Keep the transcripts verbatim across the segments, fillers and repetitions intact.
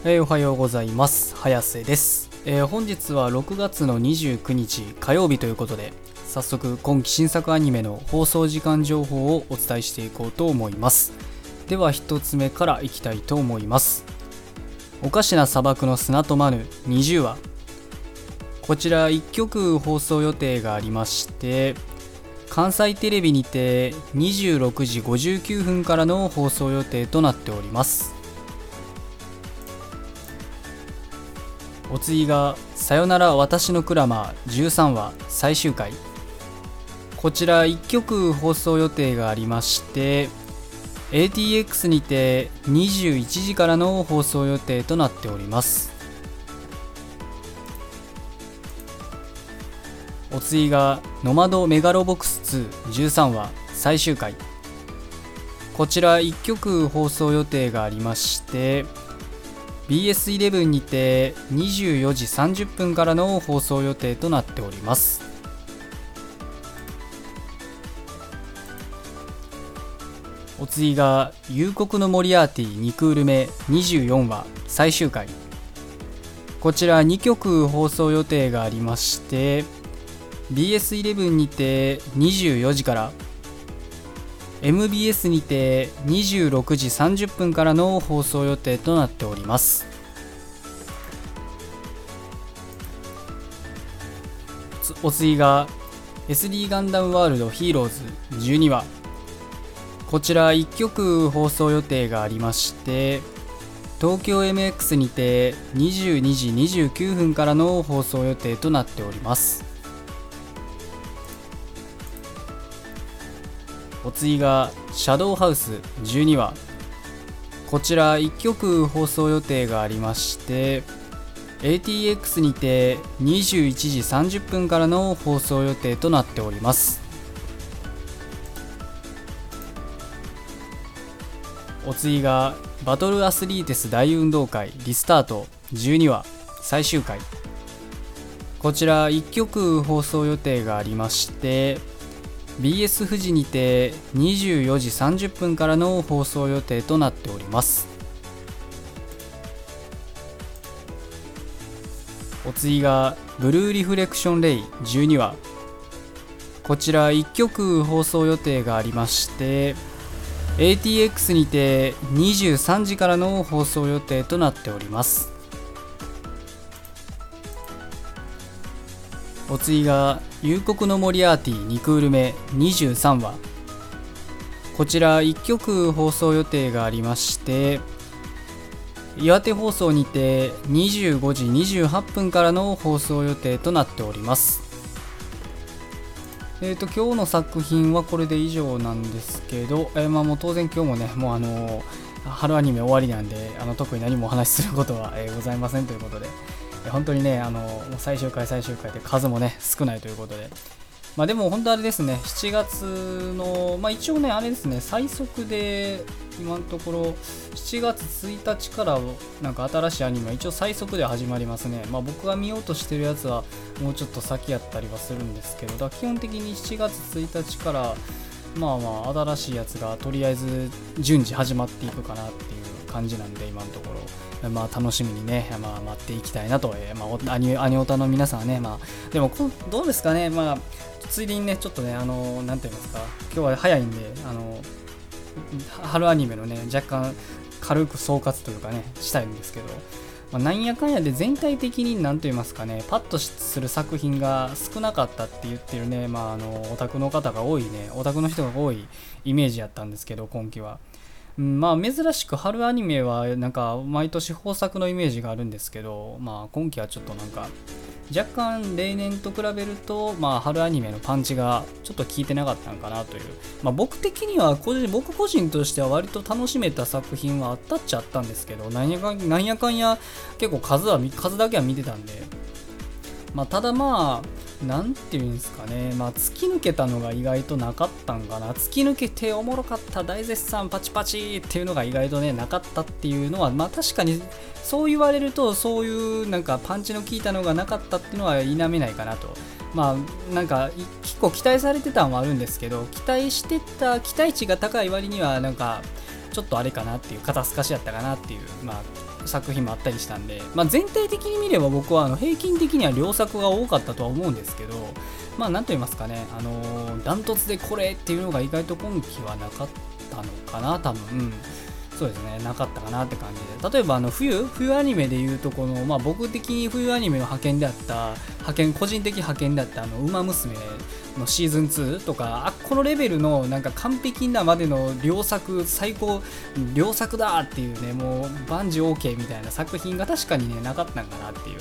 えー、おはようございます。早瀬です、えー、本日はろくがつのにじゅうくにち火曜日ということで、早速今期新作アニメの放送時間情報をお伝えしていこうと思います。ではひとつめからいきたいと思います。おかしな砂漠の砂とマヌにじゅうわ、こちらいっきょく放送予定がありまして、関西テレビにてにじゅうろくじごじゅうきゅうふんからの放送予定となっております。お次がさよなら私のクラマーじゅうさんわ最終回、こちらいっきょく放送予定がありまして、 エーティーエックス にてにじゅういちじからの放送予定となっております。お次がノマドメガロボックスツーじゅうさんわ最終回、こちらいっきょく放送予定がありまして、 ビーエスイレブン にてにじゅうよじさんじゅっぷんからの放送予定となっております。お次が夕刻のモリアーティにクールめにじゅうよんわ最終回、こちらにきょく放送予定がありまして、 ビーエスイレブン にてにじゅうよじから、 エムビーエス にてにじゅうろくじさんじゅっぷんからの放送予定となっております。お次が エスディー ガンダムワールドヒーローズじゅうにわ、こちらいっきょく放送予定がありまして、東京 エムエックス にてにじゅうにじにじゅうきゅうふんからの放送予定となっております。お次がシャドウハウスじゅうにわ、こちらいっきょく放送予定がありまして、 エーティーエックス にてにじゅういちじさんじゅっぷんからの放送予定となっております。お次がバトルアスリーテス大運動会リスタートじゅうにわ最終回、こちらいっきょく放送予定がありまして、 ビーエス 富士にてにじゅうよじさんじゅっぷんからの放送予定となっております。お次がブルーリフレクションレイじゅうにわ、こちらいっきょく放送予定がありまして、 エーティーエックス にてにじゅうさんじからの放送予定となっております。お次が夕刻のモリアーティにクールめにじゅうさんわ、こちらいっきょく放送予定がありまして、岩手放送にてにじゅうごじにじゅうはっぷんからの放送予定となっております。えーと今日の作品はこれで以上なんですけど、えーまあ、もう当然今日もね、もうあのー、春アニメ終わりなんで、あの特に何もお話しすることは、えーございませんということで、えー本当にね、あのー最終回最終回で数もね少ないということで、まあでも本当あれですね、しちがつの、まあ一応ね、あれですね、最速で今のところしちがつついたちからなんか新しいアニメは一応最速で始まりますね。まあ僕が見ようとしてるやつはもうちょっと先やったりはするんですけど、だから基本的にしちがつついたちからまあまあ新しいやつがとりあえず順次始まっていくかなっていう感じなんで、今のところまあ楽しみにね、まあ、待っていきたいなと、えーまあ、アニアニオタの皆さんはね、まあでもどうですかね、まあついでにね、ちょっとね、あのなんて言いますか、今日は早いんで、あの春アニメのね若干軽く総括というかねしたいんですけど、まあ、なんやかんやで全体的になんと言いますかね、パッとする作品が少なかったって言ってるね、まああのオタクの方が多いね、オタクの人が多いイメージやったんですけど、今期は。うん、まあ珍しく春アニメはなんか毎年豊作のイメージがあるんですけど、まあ今期はちょっとなんか若干例年と比べると、まあ春アニメのパンチがちょっと効いてなかったのかなという、まあ僕的には個人僕個人としては割と楽しめた作品はあったっちゃあったんですけど、なんやかんなんやかんや結構数は数だけは見てたんで、まあただまあなんていうんですかね、まあ突き抜けたのが意外となかったんかな、突き抜けておもろかった大絶賛パチパチっていうのが意外とねなかったっていうのは、まあ確かにそう言われると、そういうなんかパンチの効いたのがなかったっていうのは否めないかなと。まあなんか結構期待されてたのはあるんですけど、期待してた期待値が高い割にはなんかちょっとあれかなっていう、肩透かしやったかなっていう、まあ、作品もあったりしたんで、まあ、全体的に見れば僕はあの平均的には良作が多かったとは思うんですけど、まあなんと言いますかね、あのー、ダントツでこれっていうのが意外と今期はなかったのかな、多分、うん、そうですね、なかったかなって感じで、例えばあの冬冬アニメでいうとこの、まあ、僕的に冬アニメの派遣であった派遣個人的派遣であったあのウマ娘のシーズンツーとか、あこのレベルのなんか完璧なまでの良作、最高良作だっていうね、もう万事 OK みたいな作品が確かにねなかったんかなっていう、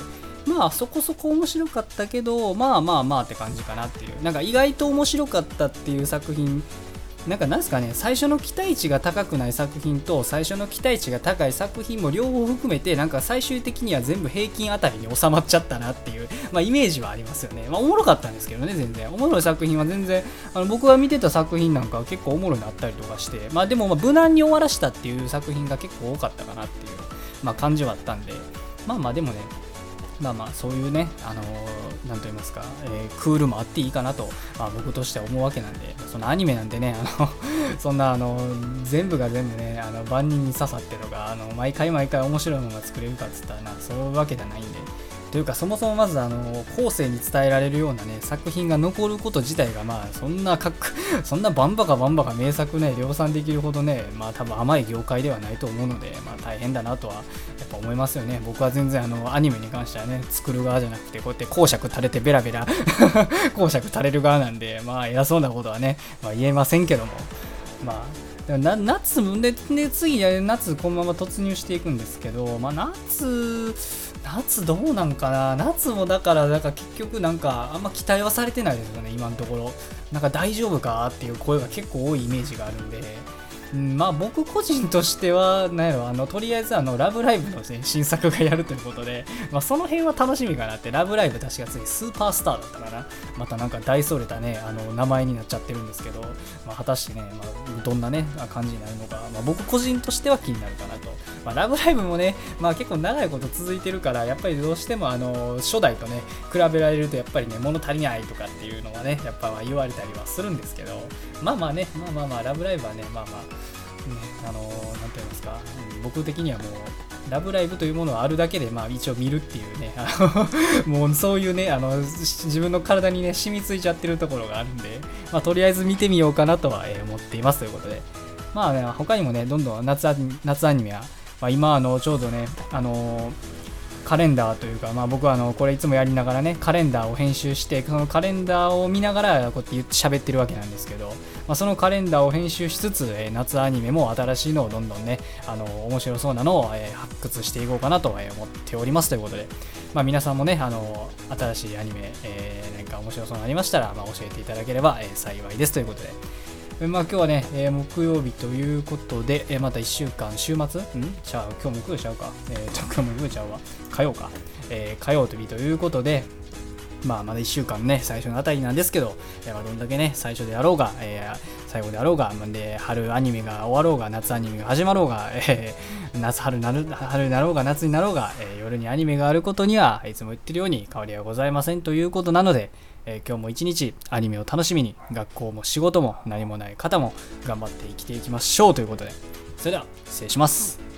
まあそこそこ面白かったけど、まあまあまあって感じかなっていう、なんか意外と面白かったっていう作品、なんかなんですかね、最初の期待値が高くない作品と最初の期待値が高い作品も両方含めて、なんか最終的には全部平均あたりに収まっちゃったなっていう、まあ、イメージはありますよね。まあおもろかったんですけどね、全然おもろい作品は全然、あの僕が見てた作品なんかは結構おもろいのあったりとかして、まあでもまあ無難に終わらしたっていう作品が結構多かったかなっていう、まあ、感じはあったんで、まあまあでもね、まあまあそういうね、あのー、なんと言いますか、えー、クールもあっていいかなと、まあ、僕としては思うわけなんで、そのアニメなんでね、あのそんなあの全部が全部ね、あの万人に刺さってとか、あの毎回毎回面白いものが作れるかっつったらな、そういうわけじゃないんで、というかそもそもまずあの後世に伝えられるようなね作品が残ること自体が、まあそんなかっそんなバンバカバンバカ名作ね量産できるほどね、まあ多分甘い業界ではないと思うので、まあ大変だなとはやっぱ思いますよね。僕は全然あのアニメに関してはね作る側じゃなくて、こうやって講釈垂れてベラベラ講釈垂れる側なんで、まあ偉そうなことはね、まあ、言えませんけども、まあでもな夏で、で次夏このまま突入していくんですけど、まあ夏夏どうなんかな、夏もだからだから結局なんかあんま期待はされてないですよね今のところ。なんか大丈夫かっていう声が結構多いイメージがあるんで、うん、まあ僕個人としてはなんやろ、あのとりあえずあのラブライブの、ね、新作がやるということで、まあ、その辺は楽しみかなって。ラブライブ確か次スーパースターだったかな、またなんか大それたねあの名前になっちゃってるんですけど、まあ、果たしてね、まあ、どんなね感じになるのか、まあ、僕個人としては気になるかなと。まあ、ラブライブもね、まあ、結構長いこと続いてるから、やっぱりどうしてもあの初代とね比べられるとやっぱりね物足りないとかっていうのはねやっぱ言われたりはするんですけど、まあまあね、まあまあまあラブライブはね、まあまあね、あのー、なんて言いますか、うん、僕的にはもうラブライブというものはあるだけで、まあ、一応見るっていうね、あのもうそういうねあの自分の体にね染みついちゃってるところがあるんで、まあ、とりあえず見てみようかなとは、えー、思っていますということで、まあね、他にもねどんどん 夏, 夏アニメは、まあ、今あのちょうどねあのーカレンダーというか、まあ、僕はあのこれいつもやりながらねカレンダーを編集して、そのカレンダーを見ながらこうやって言って喋ってるわけなんですけど、まあ、そのカレンダーを編集しつつ、えー、夏アニメも新しいのをどんどんねあの面白そうなのを、えー、発掘していこうかなと、えー、思っておりますということで、まあ、皆さんもねあの新しいアニメ、えー、何か面白そうなのありましたら、まあ、教えていただければ、えー、幸いですということで、まあ、今日はね、えー、木曜日ということで、えー、またいっしゅうかん週末んちゃう今日木曜ちゃうか、えー、今日木曜ちゃうわ火曜か、えー、火曜日ということで、まあまだいっしゅうかんね最初のあたりなんですけど、えー、まあどんだけね最初であろうが、えー、最後であろうが、まあ、で春アニメが終わろうが夏アニメが始まろうが、えー、夏春なる春になろうが夏になろうが、えー、夜にアニメがあることにはいつも言ってるように変わりはございませんということなので、えー、今日も一日アニメを楽しみに学校も仕事も何もない方も頑張って生きていきましょうということで、それでは失礼します。